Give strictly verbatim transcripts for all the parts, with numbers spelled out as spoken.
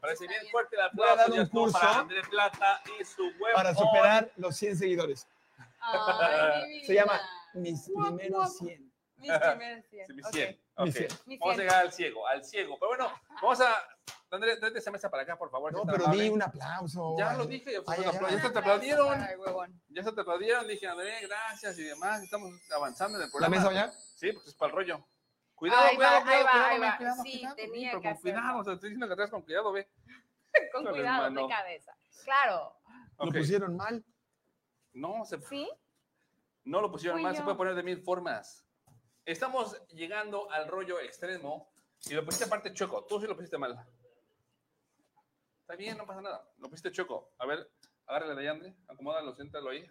Parece bien fuerte el Voy a dar aplauso un curso para André Plata y su huevo. para superar los cien seguidores. Ay, Se llama Mis Primeros cien. Mis primeros cien. Sí, mis Ok. cien. Mis Okay. cien. Mis Vamos a cien. llegar al ciego, al ciego. Pero bueno, vamos a... André, tráete esa mesa para acá, por favor. No, si es tan pero amable. di un aplauso. Ya lo dije, ya, Ay, ya, ay, ya ay. se te aplaudieron. Ay, huevón. Ya se te aplaudieron. Dije, André, gracias y demás. Estamos avanzando en el ¿La programa. mesa ya? Sí, pues es para el rollo. Cuidado, Ahí cuidado, va, cuidado, ahí va, cuidado, ahí ve, va. cuidado, Sí, cuidado, tenía pero que con cuidado, hacerlo. o sea, estoy diciendo que atrás con cuidado, ve. Con Híjole, cuidado mano. de cabeza. Claro. Lo Ok. pusieron mal. No, se, ¿Sí? no lo pusieron Fui mal, se yo. puede poner de mil formas. Estamos llegando al rollo extremo y lo pusiste aparte choco. Tú sí lo pusiste mal. Está bien, no pasa nada. Lo pusiste choco. A ver, agárrale de ahí, André. Acomódalo, siéntalo ahí.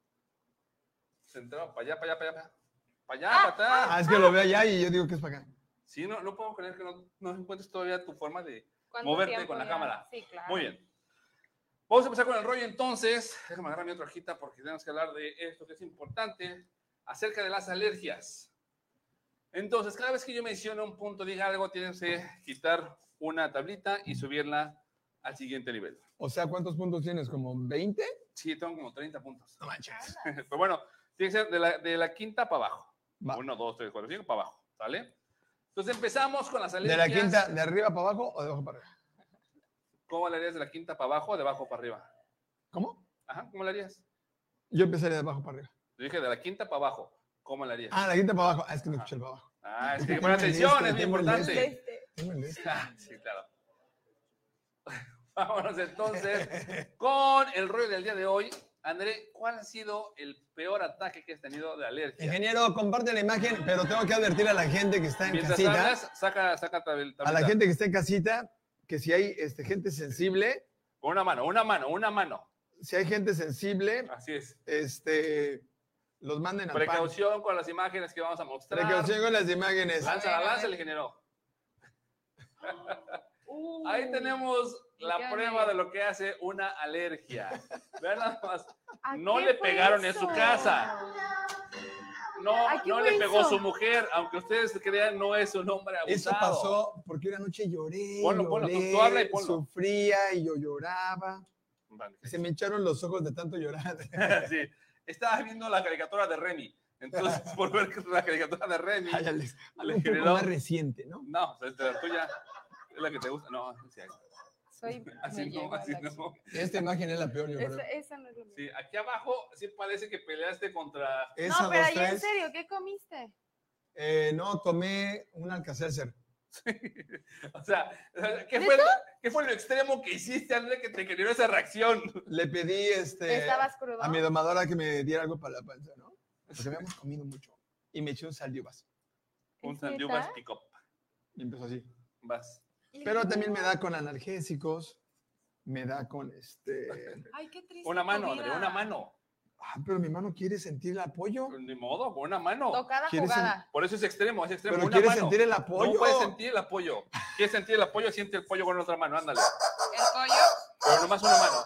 Centrado, para allá, para allá, para allá. Para allá, para atrás. Ah, es que lo veo allá y yo digo que es para acá. Sí, no, no puedo creer que no, no encuentres todavía tu forma de ¿Cuánto moverte tiempo con la ya? cámara. Sí, claro. Muy bien. Vamos a empezar con el rollo entonces. Déjame agarrar mi otra hojita porque tenemos que hablar de esto que es importante acerca de las alergias. Entonces, cada vez que yo menciono un punto, diga algo, tienes que quitar una tablita y subirla al siguiente nivel. O sea, ¿cuántos puntos tienes? ¿Como veinte? Sí, tengo como treinta puntos. No manches. Pero bueno, tiene que ser de la, de la quinta para abajo. Va. Uno, dos, tres, cuatro, cinco, para abajo. ¿Sale? Entonces empezamos con las ¿De alergias. la quinta, de arriba para abajo o de abajo para arriba? ¿Cómo le harías de la quinta para abajo o de abajo para arriba? ¿Cómo? Ajá, ¿cómo le harías? Yo empezaría de abajo para arriba. Yo dije de la quinta para abajo. ¿Cómo le harías? Ah, la quinta para abajo. Ah, es que no escuché el para abajo. Ah, es que Tengo pon el atención, este, es muy tengo el importante. Este. Tengo el este. Ah, sí, claro. Vámonos entonces con el rollo del día de hoy. André, ¿cuál ha sido el peor ataque que has tenido de alergia? Ingeniero, comparte la imagen, pero tengo que advertir a la gente que está en Mientras casita, hablas, saca, saca tabel- tablita. a la gente que está en casita, que si hay este, gente sensible, Con una mano, una mano, una mano. si hay gente sensible, Así es. este, los manden a pan. Precaución con las imágenes que vamos a mostrar. Precaución con las imágenes. Lánzala, lánzala, ingeniero. Uh, Ahí tenemos la dígame. prueba de lo que hace una alergia. Vean nada más. ¿A No qué le fue pegaron en eso? su casa. No, ¿A qué no fue le pegó eso? su mujer, aunque ustedes crean, no es un hombre Eso abusado. pasó porque una noche lloré, Ponlo, ponlo, tú- lloré, tú habla y ponlo. sufría y yo lloraba. Vale. Se me echaron los ojos de tanto llorar. Sí. Estaba viendo la caricatura de Remy. Entonces, por ver la caricatura de Remy. Ay, Alex, algo Le un poco generó- más reciente, ¿no? No, o sea, la tuya es la que te gusta. No, sí, Soy, así me no, llego a así la no. Esta imagen es la peor, yo creo. Esa, esa no es lo mío. Sí, aquí abajo sí parece que peleaste contra. Esa, No, pero dos, ahí en tres. serio, ¿qué comiste? Eh, no, tomé un Alka-Seltzer. O sea, ¿qué fue, ¿qué fue lo extremo que hiciste, André, que te generó esa reacción? Le pedí este, ¿Estabas crudo? a mi domadora que me diera algo para la panza, ¿no? Porque habíamos comido mucho. Y me eché un sal de uvas. Un ¿Es sandiubas neta? pick-up. Y empezó así. Vas. ¿Y Pero luego? también me da con analgésicos, me da con este... Ay, qué triste. Una mano, tu André, vida. una mano. Ah, pero mi mano quiere sentir el apoyo. Ni modo, con una mano. Tocada ¿Quieres jugada. Por eso es extremo, es extremo. Pero una quiere mano. sentir el apoyo. No puedes sentir el apoyo. ¿Quieres sentir el apoyo? Siente el pollo con otra mano, ándale. El pollo. Pero nomás una mano.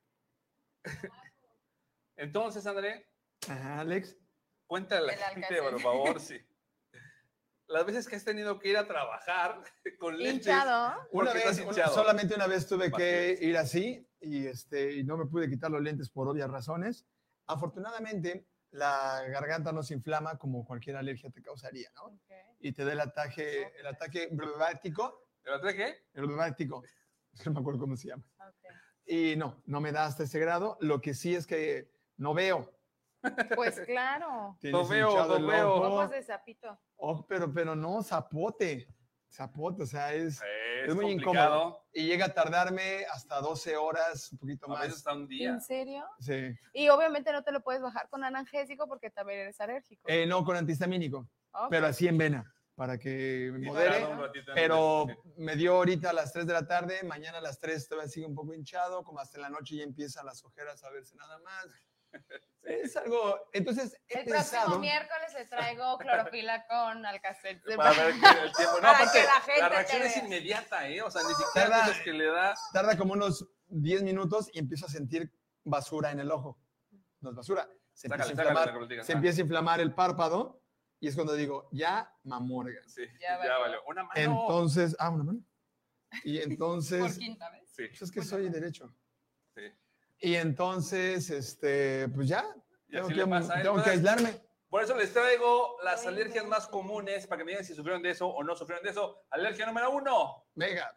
Entonces, André, Ajá, Alex. cuéntale a El la gente, Alka-Seltzer. por favor, sí. Las veces que has tenido que ir a trabajar con lentes. Hinchado. Una Porque vez, estás una- hinchado. solamente una vez tuve que Vacíos. ir así y, este, y no me pude quitar los lentes por obvias razones. Afortunadamente, la garganta no se inflama como cualquier alergia te causaría, ¿no? Ok. Y te da el ataque, el ataque bronquiático, ¿El otro qué? el bronquiático, no me acuerdo cómo se llama. Ok. Y no, no me da hasta ese grado. Lo que sí es que no veo. Pues claro. Tienes No veo, hinchado no el veo. ojo. Ojos de sapito. Oh, pero, pero no, zapote. Zapote, o sea, es, Es, es muy complicado. incómodo. Y llega a tardarme hasta doce horas, un poquito A más. veces hasta un día. ¿En serio? Sí. Y obviamente no te lo puedes bajar con analgésico porque también eres alérgico. Eh, no, con antihistamínico, Ok. pero así en vena, para que me Sí, modere. tarda un ratito en- Pero sí. me dio ahorita a las tres de la tarde, mañana a las tres todavía sigue un poco hinchado, como hasta en la noche ya empiezan las ojeras a verse nada más. Es algo, entonces he El próximo pensado, miércoles le traigo clorofila con Alka-Seltzer. Para ver qué- el tiempo. No, Para aparte, que la gente la te reacción es vea. inmediata, ¿eh? O sea, ni siquiera Tarda- dices que le da. tarda como unos diez minutos y empiezo a sentir basura en el ojo. No es basura, se Sácale, empieza, a sácale, inflamar, sácale, sácale. se empieza a inflamar el párpado y es cuando digo, ya mamorga. Sí, Ya ya, valió. valió. Una mano. Entonces, ah, una mano. Y Por entonces, quinta vez. Sí, pues es que soy derecho. sí. Y entonces, este, pues ya, Y tengo, así que, le pasa a él. tengo que Entonces, aislarme. por eso les traigo las Ay, alergias no. más comunes para que me digan si sufrieron de eso o no sufrieron de eso. Alergia número uno. Venga.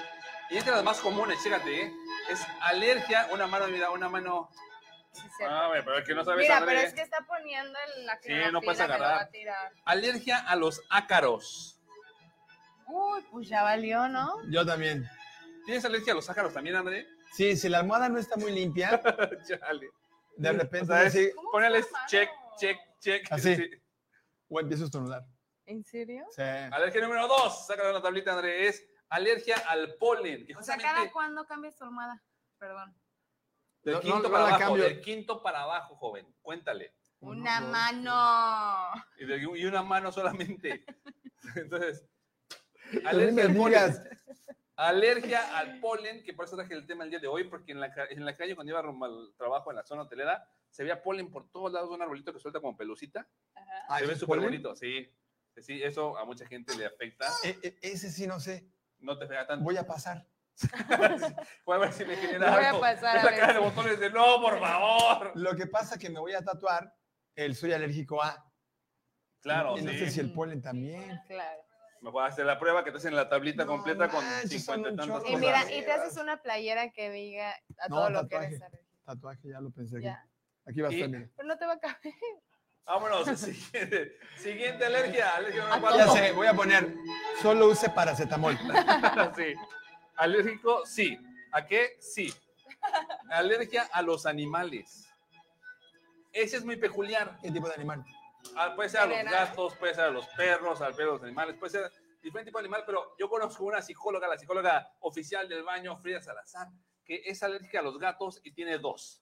Y esta es las más comunes, fíjate, ¿eh? Es alergia, una mano, mira, una mano. Sí, cierto. Ah, güey, pero es que no sabes Mira, André. pero es que está poniendo el- la Sí, no puedes clorofila, me lo va agarrar. a tirar. Alergia a los ácaros. Uy, pues ya valió, ¿no? Yo también. ¿Tienes alergia a los ácaros también, André? Sí, si la almohada no está muy limpia, Chale. de repente O sea, así, ¿Cómo Ponele está, mano? check, check, check. Así. Sí. o empiezo a estornudar. ¿En serio? Sí. Alergia número dos, sácala de una tablita, André, es alergia al polen. Que O sea, justamente ¿cada cuándo cambias tu almohada? Perdón. del No, quinto no, no para la abajo, cambio. del quinto para abajo, joven. Cuéntale. Una Uno, dos. mano. Y, de- y una mano solamente. Entonces, No alergia me al polen. digas. Alergia al polen, que por eso traje el tema el día de hoy, porque en la, ca- en la calle cuando iba rumbo al trabajo en la zona hotelera, se veía polen por todos lados de un arbolito que suelta como pelucita. Ajá. Ah, Se ve ¿es súper polen? bonito, sí. Sí, eso a mucha gente le afecta. E- e- ese sí no sé. No te pega tanto. Voy a pasar. Voy a ver si me genera Voy a algo. pasar a Esa ver cara de si- botones de no, por favor. Lo que pasa es que me voy a tatuar el soy alérgico a. Claro, Y no sí. sé si el polen también. Claro. Me voy a hacer la prueba que te hacen la tablita No completa con manches, son cincuenta y un tantas chorro Y de mira, cosas. y te haces una playera que diga a No, todo lo tatuaje. que eres alérgico. Tatuaje, ya lo pensé aquí. Ya. Aquí va a Y- estar, mira. Pero no te va a caber. Vámonos, siguiente, siguiente alergia. Alergia número A cuatro. Ya sé, voy a poner, solo use paracetamol. Sí. Alérgico, sí. ¿A qué? Sí. Alergia a los animales. Ese es muy peculiar. ¿Qué tipo de animal? Ah, puede ser a los General. gatos, puede ser a los perros, al pelo de los animales, puede ser diferente tipo de animal, pero yo conozco una psicóloga, la psicóloga oficial del baño, Frida Salazar, que es alérgica a los gatos y tiene dos.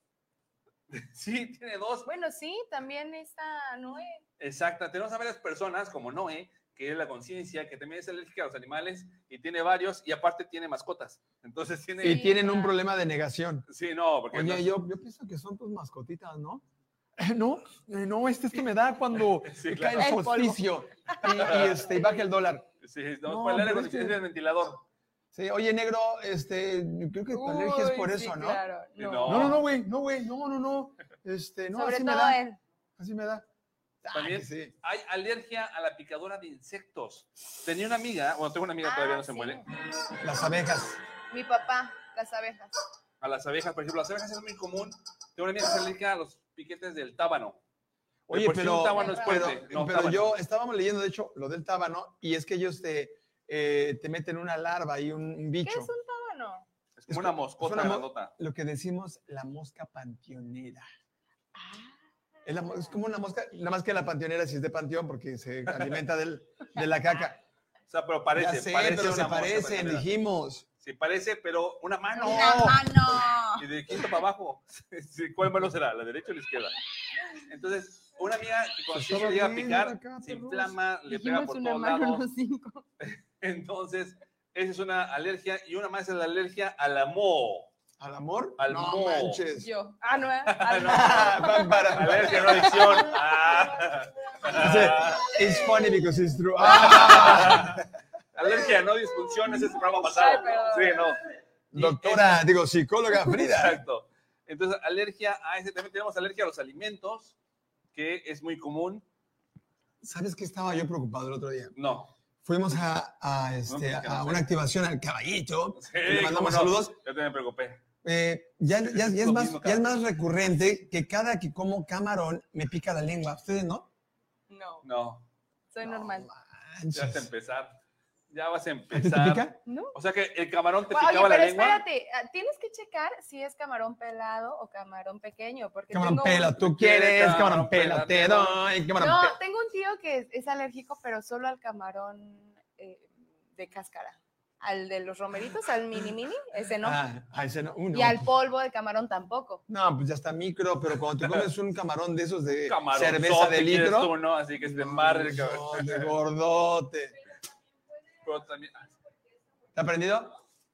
Sí, tiene dos. Bueno, sí, también está Noé. Exacta. Tenemos a varias personas, como Noé, que es la conciencia, que también es alérgica a los animales y tiene varios y aparte tiene mascotas. Entonces tiene... Y Sí, tienen un claro. problema de negación. Sí, no, porque... no- Oye, yo, yo pienso que son tus mascotitas, ¿no? Eh, no, eh, no, este esto me da cuando Sí, cae claro. el El polvo. solsticio y, y, este, y baja el dólar. Sí, no, No, por el aire pero es acondicionado que- es el ventilador. Sí, oye, negro, este, creo que tu alergia es Uy, por sí, eso, ¿no? Claro. Sí, No. no. No, no, no, güey, no, güey, no, no, no. Este, no, Sobre así me todo da, él. así me da. También Ay, sí. hay alergia a la picadura de insectos. Tenía una amiga, bueno, tengo una amiga todavía Ah, no se sí. muere, Las abejas. Mi papá, las abejas. a las abejas, por ejemplo, las abejas es muy común. Tengo una amiga que se alérgica a los piquetes del tábano. De Oye, por sí pero, un tábano es pero, fuerte. no, pero tábano. yo estábamos leyendo, de hecho, lo del tábano, y es que ellos te, eh, te meten una larva y un, un ¿Qué bicho. es un tábano? Es como es una como- moscota es una mo- grandota. Lo que decimos la mosca panteonera. Ah, Es, la mo- es como una mosca, nada más que la panteonera si es de panteón porque se alimenta del, de la caca. O sea, pero parece, ya sé, parece pero una se mosca parecen, panteonera. dijimos. Sí, parece, pero una mano. ¡Una mano! Y de quinto para abajo. Sí, ¿cuál mano será? ¿La derecha o la izquierda? Entonces, una amiga que cuando Se sí estaba le llega a riendo picar, acá, se perros. inflama, le pega Dijimos por una todos mano lados. los cinco. Entonces, esa es una alergia. Y una más es la alergia al moho. ¿Al amor? Al no moho. manches. Yo. Ah, no, ¿eh? Ah, no. Ah, pa- para- Alergia, no adicción. Ah. Dice, It's funny because it's true. Ah. Alergia, no disfunción, ese es el programa pasado. Ay, perdón. Sí, no. Y Doctora, digo, psicóloga Frida. Exacto. Entonces, alergia a ese. También tenemos alergia a los alimentos, que es muy común. ¿Sabes qué estaba yo preocupado el otro día? No. Fuimos a, a, este, No, pues, que no a sé. una activación al caballito. Sí, Le mandamos cómo no. saludos. Yo también me preocupé. Eh, ya, ya- ya es Lo más, mismo ya es cada más recurrente que cada que como camarón me pica la lengua. ¿Ustedes no? No, No. soy normal. Manches. Ya vas a empezar. Ya vas a ¿A ti empezar. te pica? ¿No? O sea que el camarón te Oye, picaba pero la lengua. espérate, ah, tienes que checar si es camarón pelado o camarón pequeño, porque Camarón tengo un- pela, tú ¿Quieres quieres, camarón camarón pela, pela? te doy, camarón No, pela. tengo un tío que es, es alérgico, pero solo al camarón eh, de cáscara. Al de los romeritos, al mini mini, ese no. Ah, ah, ese no, uno. Y al polvo de camarón tampoco. No, pues ya está micro, pero cuando te comes un camarón de esos de Camarón cerveza de litro. Tú, ¿no? Así que se te embarre el camarón. No, de gordote. Pero también, ah, ¿Te ha aprendido?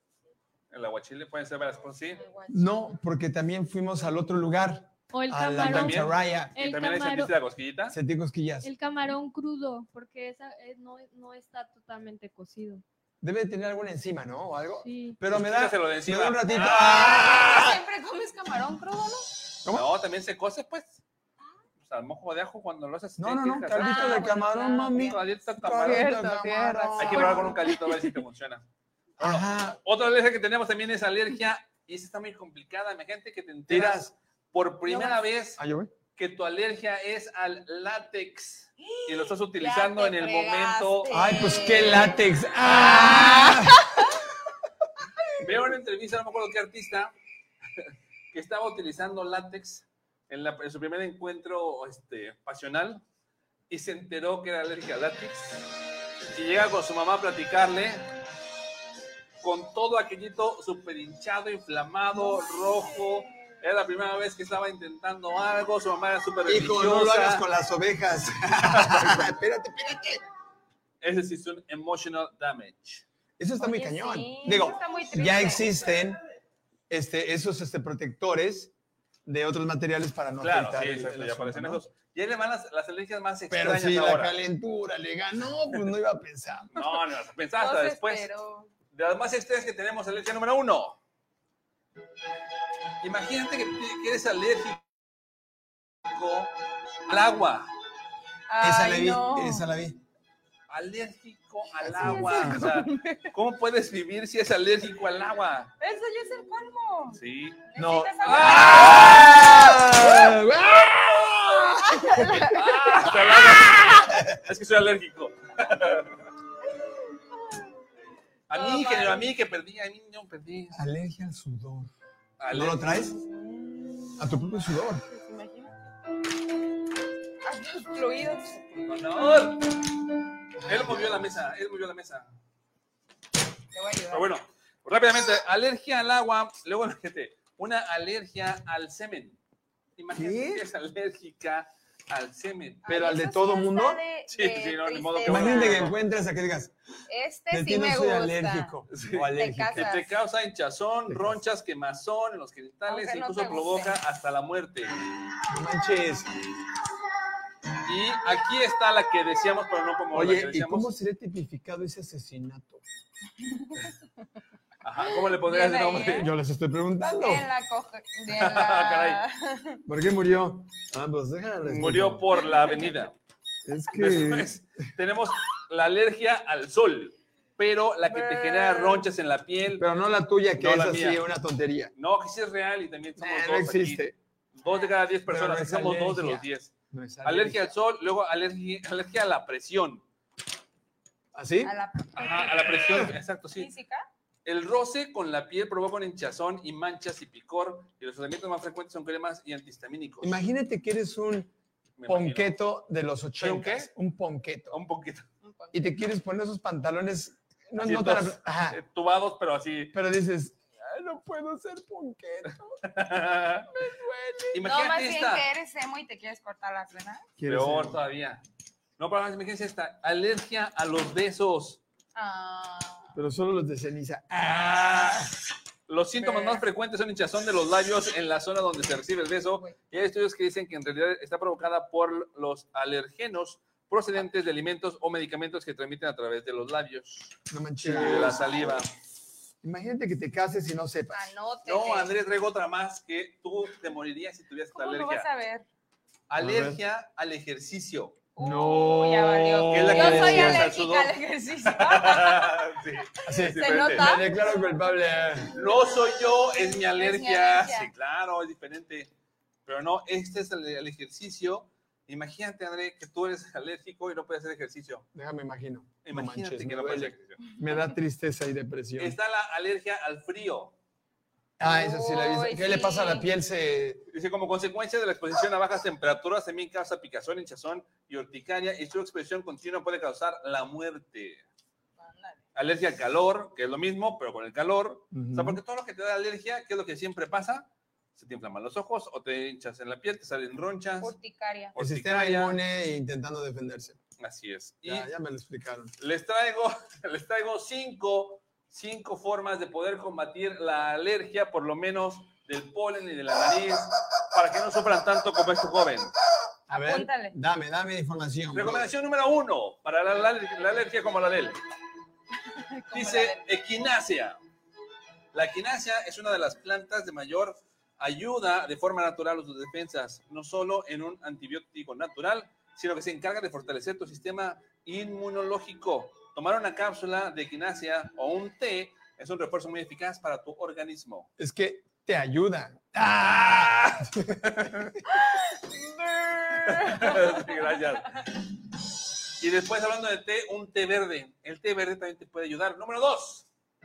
el aguachile pueden ser varias cosas, sí. No, porque también fuimos al otro lugar, O el a la camarón, También. Mantarraya. Y el también hay camarón, sentiste la cosquillita. Sentí cosquillas. el camarón crudo, porque esa, eh, no, no está totalmente cocido. Debe tener alguna enzima, ¿no? O algo. Sí. Pero me da, Quítaselo de me encima. da un ratito. ¡Ah! ¿Siempre comes camarón crudo, no? ¿Cómo? No, también se cose, pues. O sea, el mojo de ajo cuando lo haces. No, no, no, tienes que caldito hacer- Ah, de bueno, camarón, claro, mami. claro. Caldito de camarón. Caldito de Cierto, tienes camarón. Hay que probar con un caldito a ver si te funciona. Ajá. Otra alergia que tenemos también es alergia, y esa está muy complicada. Imagínate que te enteras por primera No. vez Ah, yo voy. que tu alergia es al látex y lo estás utilizando te en el fregaste. momento. Ay, pues qué látex. ¡Ah! Veo una entrevista, no me acuerdo qué artista, que estaba utilizando látex en, la, en su primer encuentro este, pasional y se enteró que era alérgica al látex. Y llega con su mamá a platicarle con todo aquellito súper hinchado, inflamado, rojo. Era la primera vez que estaba intentando algo, su mamá era súper religiosa. Hijo, no lo hagas con las ovejas. Espérate, espérate. Ese sí es un emotional damage. Eso está muy Oye, cañón. sí, Digo, eso está muy triste. ya existen este, esos este, protectores de otros materiales para no Claro, afectar sí, el- exacto, el ya asunto, aparecen ¿no? esos. Y ahí le van las, las alergias más Pero extrañas si la ahora. calentura le ganó, pues no iba a pensar. No, no, pensaba hasta No se después. esperó. De las más extrañas que tenemos, alergia número uno. Imagínate que, que eres alérgico al agua. Esa la Ay, vi, no. esa la vi. Alérgico al Eso agua. ya es O sea, ¿cómo puedes vivir si es alérgico al agua? Eso ya es el colmo. Sí. No. Necesitas agua. ¡Ah! ¡Ah! Hasta el agua. Es que soy alérgico. A mí, Todo ingeniero, mal. a mí que perdí, a mí no perdí. Alergia al sudor. ¿No Alergia. lo traes? A tu propio sudor. Imagínate. Haz tus fluidos. Honor. Él movió la mesa, él movió la mesa. Te voy a ayudar. Pero bueno, rápidamente, alergia al agua, luego imagínate, una alergia al semen. Imagínate ¿Qué? que es alérgica al semen. Pero Ay, al de eso todo sí mundo. está de- Sí, de sí, no, ni modo que tristeza. Imagínate que encuentres a que digas, Este de sí ti no me soy gusta. alérgico Sí. o alérgica. Que te causa hinchazón, Te ronchas, quemazón en los genitales, Aunque no incluso te provoca guste. hasta la muerte. No manches. Y aquí está la que decíamos, pero no como la que Oye, ¿y decíamos. cómo sería tipificado ese asesinato? Ajá, ¿cómo le pondrías el Bien ahí, nombre? ¿eh? Yo les estoy preguntando. En la coja. De Ah, la... ¿Por qué murió? Ah, pues déjala. Murió por la avenida. Es que. Después tenemos la alergia al sol, pero la que te genera ronchas en la piel. Pero no la tuya, que No, es la así, mía. una tontería. No, que sí es real y también somos Eh, dos no existe. aquí. Dos de cada diez Pero personas, no es somos dos de alergia. los diez. No es Alergia al sol, luego alergia, alergia a la presión. ¿Así? A la Ajá, a la presión, exacto, sí. física. El roce con la piel provoca un hinchazón y manchas y picor, y los tratamientos más frecuentes son cremas y antihistamínicos. Imagínate que eres un Me imagino. ponqueto de los ¿Soy un ochentas. qué? Un ponqueto. Un poquito. Un poco. Y te quieres poner esos pantalones. No, Así no tan todos, apl- Ajá. eh, tubados, pero así. Pero dices, "Ay, no puedo ser ponqueto. No, Imagínate más bien esta. que eres emo y te quieres cortar las venas. ¿Quieres Peor ser- todavía. No, pero más imagínense esta. Alergia a los besos. Ah. Pero solo los de ceniza. Ah. Los síntomas Ver. más frecuentes son hinchazón de los labios en la zona donde se recibe el beso. Y hay estudios que dicen que en realidad está provocada por los alergenos procedentes de alimentos o medicamentos que transmiten a través de los labios No y manches. de la saliva. Imagínate que te cases y no sepas. Anote. No, Andrés, traigo otra más que tú te morirías si tuvieras esta ¿Cómo lo vas alergia. a ver? Alergia al ejercicio. No. Uy, ya valió. ¿Qué es la que Yo soy decías al alérgica sudor? al ejercicio. Sí. Así. Es ¿Se diferente. nota? Me declaro culpable. No soy yo, es mi alergia. alergia. Sí, claro, es diferente. Pero no, este es el, el ejercicio. Imagínate, André, que tú eres alérgico y no puedes hacer ejercicio. Déjame imagino. No Imagínate manches, que me no puedes hacer duele. ejercicio. Me da tristeza y depresión. Está la alergia al frío. Ah, eso sí la vi. Uy, ¿Qué le pasa a la sí. piel? Se... Dice, como consecuencia de la exposición a bajas temperaturas, también causa picazón, hinchazón y urticaria, y su expresión continua puede causar la muerte. Ándale. Alergia al calor, que es lo mismo, pero con el calor. Ujú. O sea, porque todo lo que te da alergia, ¿qué es lo que siempre pasa? Se te inflaman los ojos o te hinchas en la piel, te salen ronchas. Urticaria. El sistema urticaria. inmune intentando defenderse. Así es. Y Ya, ya me lo explicaron. les traigo, les traigo cinco, cinco formas de poder combatir la alergia, por lo menos del polen y de la nariz, para que no sufran tanto como este joven. A ver, Apúntale. dame, dame información. Recomendación número uno, para la, la- la alergia como la L. Dice equinacia. La equinacia es una de las plantas de mayor ayuda de forma natural a tus defensas, no solo en un antibiótico natural, sino que se encarga de fortalecer tu sistema inmunológico. Tomar una cápsula de equinacia o un té es un refuerzo muy eficaz para tu organismo. Es que te ayuda. ¡Ah! Sí, gracias. Y después, hablando de té, un té verde. El té verde también te puede ayudar. Número dos.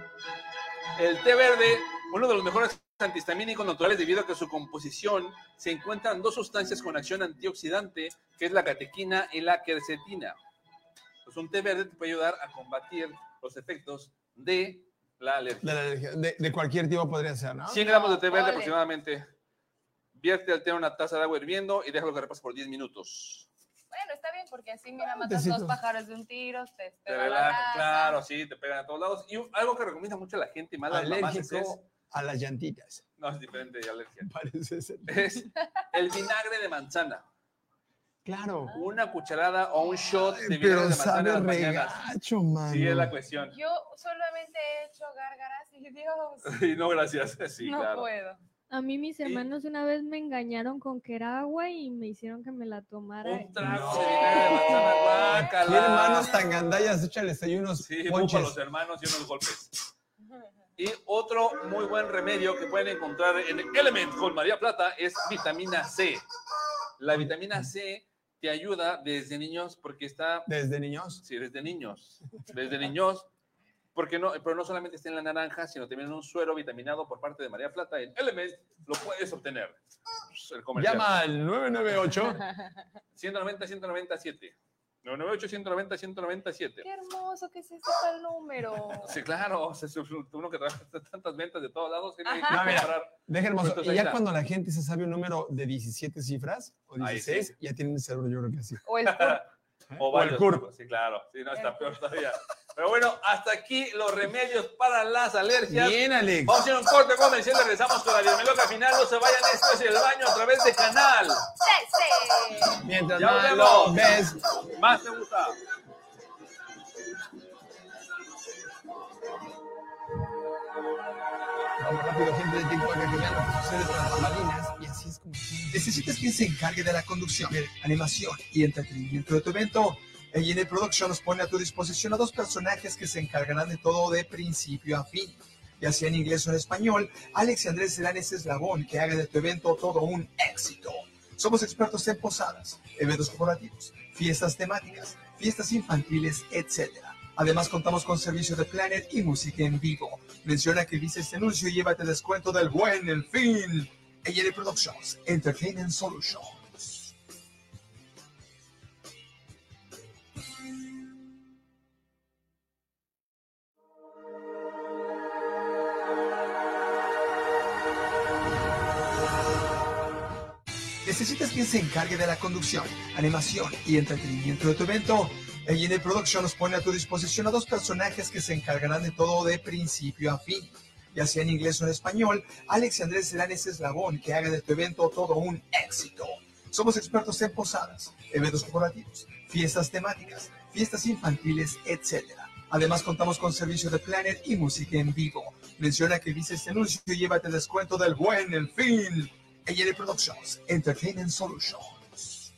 El té verde, uno de los mejores antihistamínicos naturales debido a que su composición se encuentran dos sustancias con acción antioxidante, que es la catequina y la quercetina. Pues un té verde te puede ayudar a combatir los efectos de la alergia. De, la alergia. De, de cualquier tipo podría ser, ¿no? cien gramos de té verde Ole. aproximadamente. Vierte el té en una taza de agua hirviendo y déjalo que repase por diez minutos. Bueno, está bien, porque así, mira, matas Tecito. dos pájaros de un tiro, te, te Te da la relaja, grasa. claro, sí, te pegan a todos lados. Y un- algo que recomienda mucho a la gente, más las mamás, es, Alérgico a las llantitas. no, es diferente de alergia. Parece ser. Es el vinagre de manzana. Claro. Una cucharada o un shot de vinagre Pero de manzana sabe en las mañanas. regacho, mano. Sí, es la cuestión. Yo solamente he hecho gárgaras y Dios, Sí, no, gracias. Sí, no claro. puedo. A mí mis hermanos una vez me engañaron con que era agua y me hicieron que me la tomara. Un trago No. de vinagre de manzana, guácala. ¿Qué hermanos tan gandallas? Échales ahí unos Sí, para ponches. los hermanos y unos golpes. Y otro muy buen remedio que pueden encontrar en Element con María Plata es vitamina C. La vitamina C te ayuda desde niños porque está, Desde niños. sí, desde niños, desde niños, porque no, pero no solamente está en la naranja, sino también en un suero vitaminado por parte de María Plata. En Element lo puedes obtener. El comercial. Llama al nueve nueve ocho. ciento noventa, ciento noventa y siete. nueve nueve ocho, ciento noventa, ciento noventa y siete. Qué hermoso que se sepa el número. Sí, claro, se- se- uno que trabaja tantas ventas de todos lados tiene que Ajá. No, mira, comprar. Deja hermoso. Entonces, Y ahí ya está. cuando la gente se sabe un número de diecisiete cifras o Ahí dieciséis, sí. ya tienen el cerebro, yo creo que sí. O el cur- O, O varios, el CURP. Sí, claro. Sí, no, está El peor todavía. Pero bueno, hasta aquí los remedios para las alergias. Bien, Alex. Vamos a hacer un corte comercial, regresamos con la biomeloca final. No se vayan, esto es El Baño a través de Canal. C C. Mientras Ya más volvemos. lo ves. Más te gusta. Vamos rápido, gente de TikTok, a que vean lo que sucede tras bambalinas. Y así es como... ¿Necesitas quien se encargue de la conducción, animación y entretenimiento de tu evento? A and A Productions pone a tu disposición a dos personajes que se encargarán de todo de principio a fin. Ya sea en inglés o en español, Alex y Andrés serán ese eslabón que haga de tu evento todo un éxito. Somos expertos en posadas, eventos corporativos, fiestas temáticas, fiestas infantiles, etcétera. Además, contamos con servicio de planner y música en vivo. Menciona que dice este anuncio y llévate descuento del buen El Fin. A and A Productions, Entertainment Solutions. ¿Necesitas quien se encargue de la conducción, animación y entretenimiento de tu evento? A and A Productions pone a tu disposición a dos personajes que se encargarán de todo de principio a fin. Ya sea en inglés o en español, Alex y Andrés serán ese eslabón que haga de tu evento todo un éxito. Somos expertos en posadas, eventos corporativos, fiestas temáticas, fiestas infantiles, etcétera. Además, contamos con servicio de planner y música en vivo. Menciona que dice este anuncio y llévate descuento del buen El Fin. A and A Productions, Entertainment Solutions.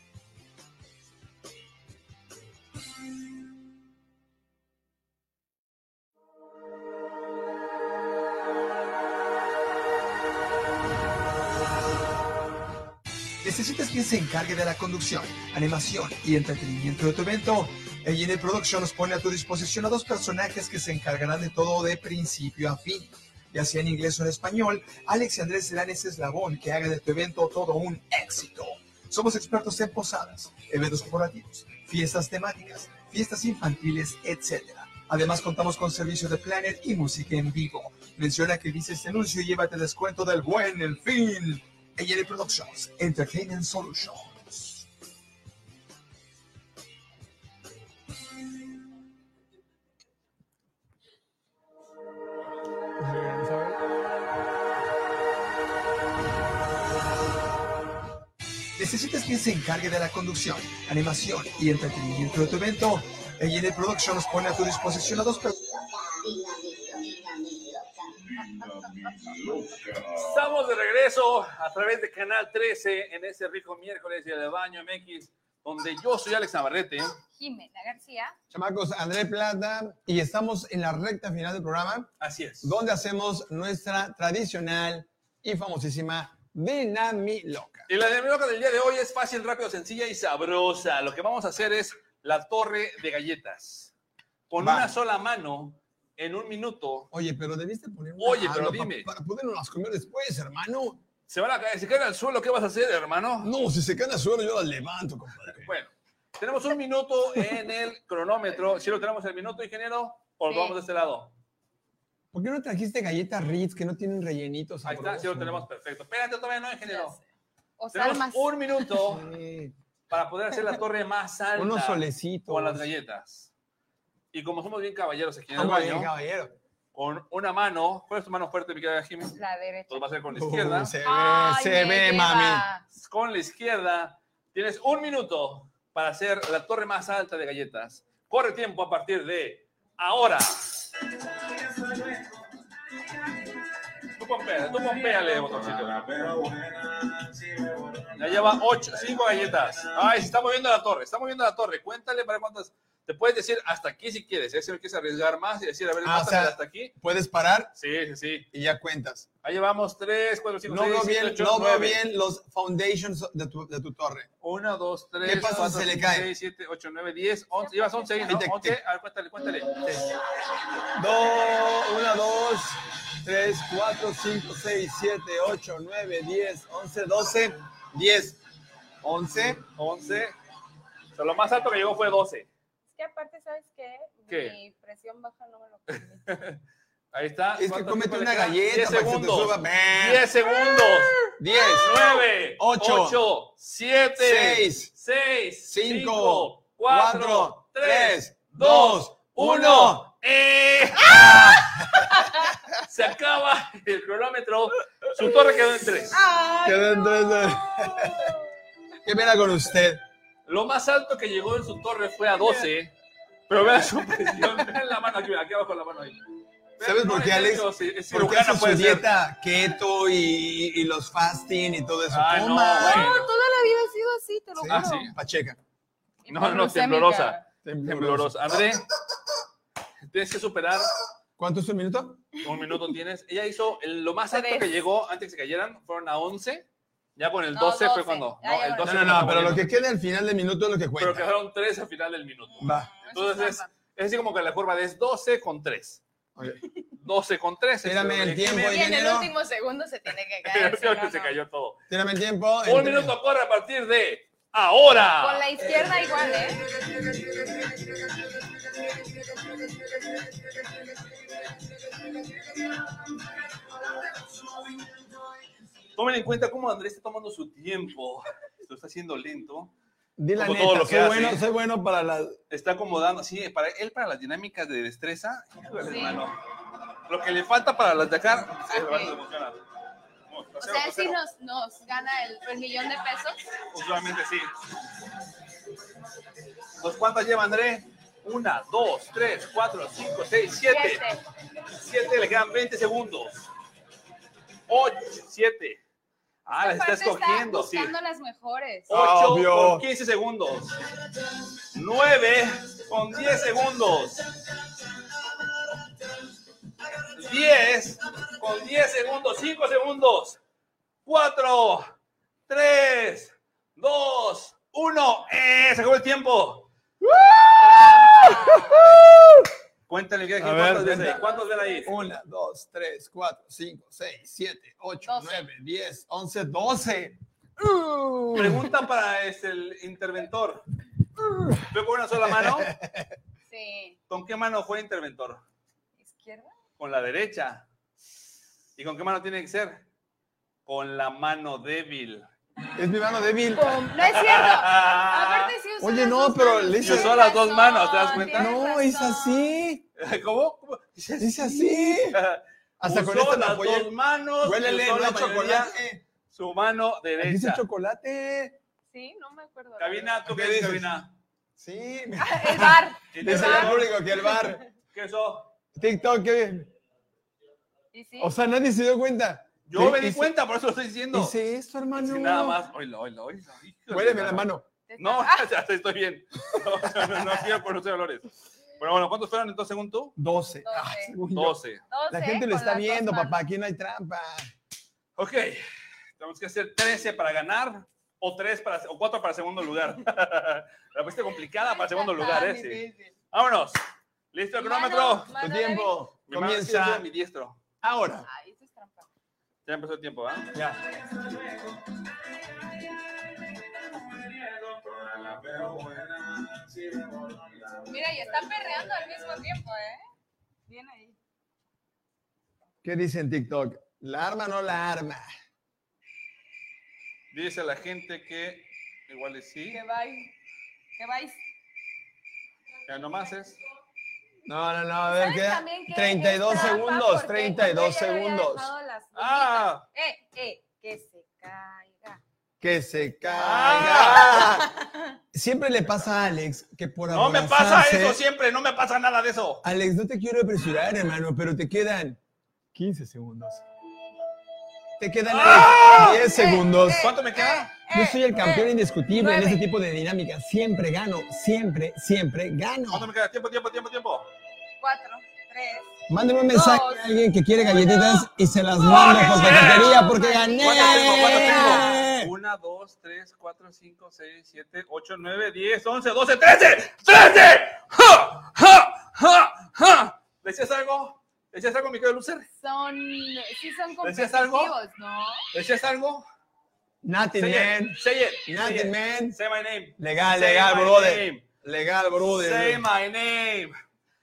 ¿Necesitas quien se encargue de la conducción, animación y entretenimiento de tu evento? A and A Productions pone a tu disposición a dos personajes que se encargarán de todo de principio a fin. Ya sea en inglés o en español, Alex y Andrés serán ese eslabón que haga de tu evento todo un éxito. Somos expertos en posadas, eventos corporativos, fiestas temáticas, fiestas infantiles, etcétera. Además, contamos con servicio de planner y música en vivo. Menciona que dice este anuncio y llévate descuento del buen El Fin. A and A Productions, Entertainment Solutions. ¿Necesitas quien se encargue de la conducción, animación y entretenimiento de tu evento? A and A Productions pone a tu disposición a dos personas. Estamos de regreso a través de Canal trece en ese rico miércoles y el Baño M X, donde yo soy Alex Navarrete. Jimena García. Chamacos, André Plata, y estamos en la recta final del programa. Así es. Donde hacemos nuestra tradicional y famosísima Dinamiloca. Y la Dinamiloca del día de hoy es fácil, rápido, sencilla y sabrosa. Lo que vamos a hacer es la torre de galletas. Con Va. una sola mano, en un minuto. Oye, pero debiste poner una Oye, pero mano dime. Para, para podernos las comer después, hermano. Se van a caer, se caen al suelo, ¿qué vas a hacer, hermano? No, si se caen al suelo, yo las levanto, compadre. Bueno, tenemos un minuto en el cronómetro. ¿Sí lo tenemos el minuto, ingeniero? ¿O lo Sí. vamos de este lado? ¿Por qué no trajiste galletas Ritz que no tienen rellenitos? Ahí está, sí lo tenemos perfecto. Espérate, todavía no, ingeniero. O Tenemos salmas. un minuto Sí. para poder hacer la torre más alta. Unos solecitos. Con las galletas. Y como somos bien caballeros aquí en el Vamos bien, baño, caballero. con una mano, ¿cuál es tu mano fuerte, mi querida Jimmy? La derecha. Entonces va a ser con la Uh, izquierda. se ve, Ay, se me ve, lleva. mami. Con la izquierda tienes un minuto para hacer la torre más alta de galletas. Corre tiempo a partir de ahora. Tú pompéale, tú pompéale, botoncito. Ya lleva ocho, cinco galletas. Ay, se está moviendo la torre, está moviendo la torre. Cuéntale para cuántas. Te puedes decir hasta aquí si quieres, ¿eh? Si no quieres arriesgar más y decir, a ver, Ah, o sea, hasta aquí. Puedes parar Sí, sí, sí. y ya cuentas. Ahí llevamos tres, cuatro, cinco, No seis, veo siete, bien, ocho, no veo nueve. bien los foundations de tu, de tu torre. Uno, dos, tres, ¿Qué pasa si cuatro, se le cinco, cae? seis, siete, ocho, nueve, diez, once. Llevas once ahí, ¿no? Tic, tic, once. tic. A ver, cuéntale, cuéntale. Dos, una, dos, tres, cuatro, cinco, seis, siete, ocho, nueve, diez, once, doce, diez, once. once. O sea, lo más alto que llegó fue doce. Es que aparte, ¿sabes qué? ¿Qué? Mi presión baja no me lo permite. Ahí está. Es que ¿Cuánto cómete tiempo una le queda? galleta diez para que se te segundos. suba. Ven. diez segundos. diez, nueve, Ocho, ocho, siete, seis, seis, cinco, cinco, cuatro, cuatro, tres, tres, dos, dos, uno. uno. ¡Eh! Se acaba el cronómetro. Su torre quedó en tres. ¡Ay, Quedó en tres. no! ¿Qué pena con usted? Lo más alto que llegó en su torre fue a doce. Pero vean su presión. Vean la mano aquí, aquí abajo la mano ahí. ¿Sabes por qué, Alex? Es Porque cirujano, hace su puede ser. dieta keto y, y los fasting y todo eso. Ay, no, Coma. güey. No, toda la vida he sido así, te lo Sí. juro. Ah, sí. Pacheca. No, no, Glucémica. temblorosa. Temblorosa. André, tienes que superar. ¿Cuánto es un minuto? Un minuto tienes. Ella hizo el- lo más alto Tres. que llegó antes de que se cayeran. Fueron a once. Ya con el No, doce, fue doce. cuando. Ya No, el llegaron. doce No, no, fue no, cuando pero lo cayeron. que queda al final del minuto es lo que Pero cuenta. quedaron tres al final del minuto. Va. Entonces es, es así como que la curva es doce con tres. Ok. doce con tres. Tírame el tiempo, Y en el ingeniero. último segundo se tiene que Creo caer. si no, que se no. cayó todo. Tírame el tiempo. Un Entre- minuto corre a partir de ahora. Con la izquierda igual, ¿eh? Tomen en cuenta cómo Andrés está tomando su tiempo. Lo está haciendo lento. Di la como neta, todo lo que soy, hace. bueno, soy bueno para las... Está acomodando. Sí, para él, para las dinámicas de destreza. Híjole, Sí. hermano. Lo que le falta para las de acá, sí, le emociona. Vamos, O paseo, sea, él sí paseo. nos, nos gana el, el millón de pesos. Usualmente sí. ¿Dos cuántas lleva André? Una, dos, tres, cuatro, cinco, seis, siete. Siete. Siete, le quedan veinte segundos. Ocho, siete. Ah, las está Aparte escogiendo, sí. buscando las mejores. Ocho Obvio. con quince segundos. Nueve con diez segundos. Diez con diez segundos. Cinco segundos. Cuatro, tres, dos, uno. ¡Eh! Se acabó el tiempo. Cuéntale, ¿qué, A ¿cuántos ver, ven ahí? ¿Cuántos ven ahí? Una, dos, tres, cuatro, cinco, seis, siete, ocho, Doce. nueve, diez, once, doce. Uh. Pregunta para este, el interventor. ¿Fue con una sola mano? Sí. ¿Con qué mano fue interventor? ¿Izquierda? Con la derecha. ¿Y con qué mano tiene que ser? Con la mano débil. Es mi mano débil. ¡Pum! No es cierto. Aparte sí usó Oye, las no, dos pero manos. le hice- Tienes Usó las dos razón, manos, ¿te das cuenta? tienes No, es razón. así. ¿Cómo? ¿Cómo? Es así. Hasta con Usó esta me las apoyé. dos manos. Huélele, usó no la hay mayoría chocolate. su mano Aquí dice derecha. chocolate. Sí, no me acuerdo. Cabina, ¿tú ¿Qué qué dices, dices? cabina? Sí. El bar. ¿Y Dice tú? el público que el bar. ¿Qué eso? TikTok, ¿qué? ¿Y sí? O sea, nadie se dio cuenta. Yo Sí, me di hice- cuenta, por eso lo estoy diciendo. Hice esto, hermano. Sí, nada más. Oílo, oílo, oílo. Híjole, Huéleme la hermano. mano. Te está- No, ¡Ah! ya estoy bien. No, no, no, no quiero pronunciar olores. Pero bueno, ¿cuántos fueron entonces según tú? doce. doce. Ah, según yo. doce. La doce, gente lo con está las dos viendo, manos. papá. Aquí no hay trampa. Ok. Tenemos que hacer trece para ganar o tres para o cuatro para segundo lugar. La pusiste complicada para segundo lugar, ¿eh? Sí. Vámonos. ¿Listo el Mano, cronómetro? mano, Tu David. tiempo Mi mano sí, yo comienza soy mi diestro. ahora. Ay, eso es trampa. Ya empezó el tiempo, ¿ah? Ya. Mira, y está perreando al mismo tiempo, ¿eh? Bien ahí. ¿Qué dice en TikTok? ¿La arma o no la arma? Dice la gente que igual es sí. Que vais. Que vais. Ya nomás es. No, no, no. A ver, ¿Sabes queda también que treinta y dos es trampa? segundos. Porque treinta y dos yo ya le había segundos. dejado las Ah. gomitas. Eh, eh, que se caiga. Que se caiga. Ah. Siempre le pasa a Alex que por No me pasa aborazarse- eso siempre, no me pasa nada de eso. Alex, no te quiero apresurar, hermano, pero te quedan quince segundos. Te quedan ¡Ah! diez segundos. ¿Cuánto me queda? Yo soy el campeón eh, indiscutible en nueve. este tipo de dinámicas. Siempre gano, siempre, siempre gano. ¿Cuánto me queda? Tiempo, tiempo, tiempo, tiempo. Cuatro, tres. Mándeme un mensaje Dos. a alguien que quiere galletitas y se las mando por paquetería porque gané. ¿Cuánto tengo? ¿Cuánto tengo? Una, dos, tres, cuatro, cinco, seis, siete, ocho, nueve, diez, once, doce, trece. ¡trece! ¡Ja! ¡Ja! ¡Ja! ¡Ja! ¿Decías algo? ¿Decías algo, mi querido Lucer? Son, sí son ¿Decías algo? competitivos, ¿no? ¿Decías algo? Nothing, Say man. it. Say it. Say Nothing, it. man. Say my name. Legal, Say legal, my brother. name. Legal, brother. Say my name.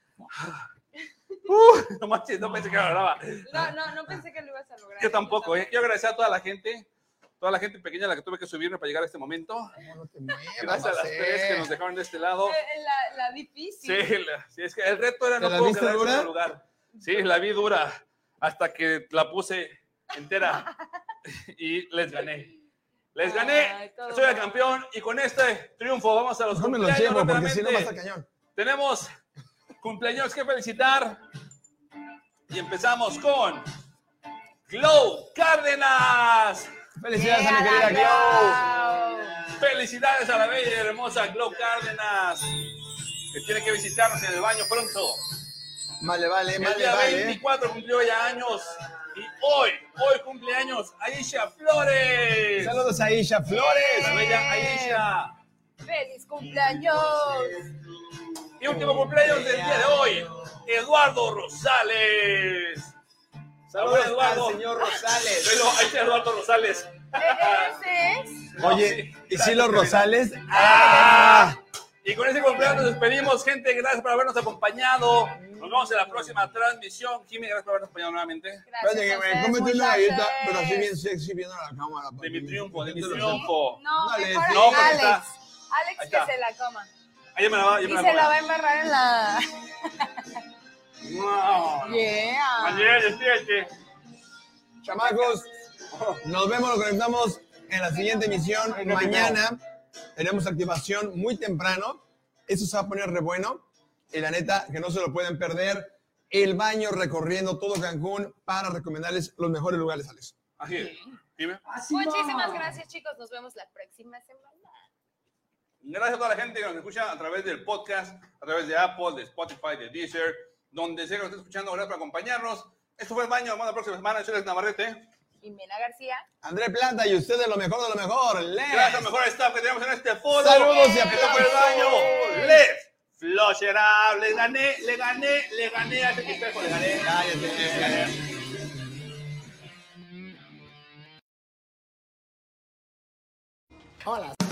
Uh, no manches, no pensé que lo grababa. No, no, no pensé que lo ibas a lograr. Yo tampoco, ¿eh? Quiero agradecer a toda la gente, toda la gente pequeña a la que tuve que subirme para llegar a este momento. No, no te muevas, Gracias a las José. tres que nos dejaron de este lado. Eh, La, la difícil. Sí, la- sí, es que el reto era ¿Te no la puedo viste quedar en dura? segundo lugar. Sí, la vi dura hasta que la puse entera y les gané. Les gané, Ay, todo soy el mal. campeón y con este triunfo vamos a los No me los cumpleaños llevo porque si no va a rápidamente. estar cañón. Tenemos cumpleaños que felicitar y empezamos con Glow Cárdenas. Felicidades a mi Yeah, querida Glow. Glow. Felicidades a la bella y hermosa Glow Cárdenas, que tiene que visitarnos en el baño pronto. Vale, vale, El vale, día vale. veinticuatro cumplió ya años y hoy, hoy cumpleaños Aisha Flores. Saludos a Isha Flores. La bella Aisha. ¡Feliz cumpleaños! Y último cumpleaños del día de hoy, Eduardo Rosales. Saludos Abuelo Eduardo. al señor Rosales. Pero ahí está Eduardo Rosales. ¿E- ¿Ese es? Oye, No, sí. ¿y si los Rosales? ¡Ah! Y con ese cumpleaños nos despedimos, gente. Gracias por habernos acompañado. Nos vemos en la próxima transmisión. Jimmy, gracias por habernos acompañado nuevamente. Gracias Espérate que a me ustedes, cómete una muchachos. galleta, pero así bien sexy viendo a la cámara. De mi triunfo, de mi Papi. triunfo. No, Dale, mejor no, porque Alex. está- Alex ahí que está. se la coma. Ahí me la va, Y yo me se la la va a embarrar en la... No. Yeah. Ayer, despídete. Chamacos, nos vemos, nos conectamos en la siguiente emisión. Ay, no, Mañana tenemos activación muy temprano. Eso se va a poner re bueno. Y la neta, que no se lo pueden perder. El baño recorriendo todo Cancún para recomendarles los mejores lugares, Alex. Así es. Dime. Muchísimas gracias, chicos. Nos vemos la próxima semana. Gracias a toda la gente que nos escucha a través del podcast, a través de Apple, de Spotify, de Deezer, donde sea que nos esté escuchando. Gracias por acompañarnos. Esto fue el baño. Nos vemos la próxima semana. Yo soy Alex Navarrete. Y Mena García. André Planta y ustedes lo mejor de lo mejor. Les. Gracias al mejor staff que tenemos en este foro. Saludos y Esto fue el baño. aplausos. Les Flosherá. Le gané, le gané, le gané a ese espejo. Le gané. Cállate, Le gané. Hola.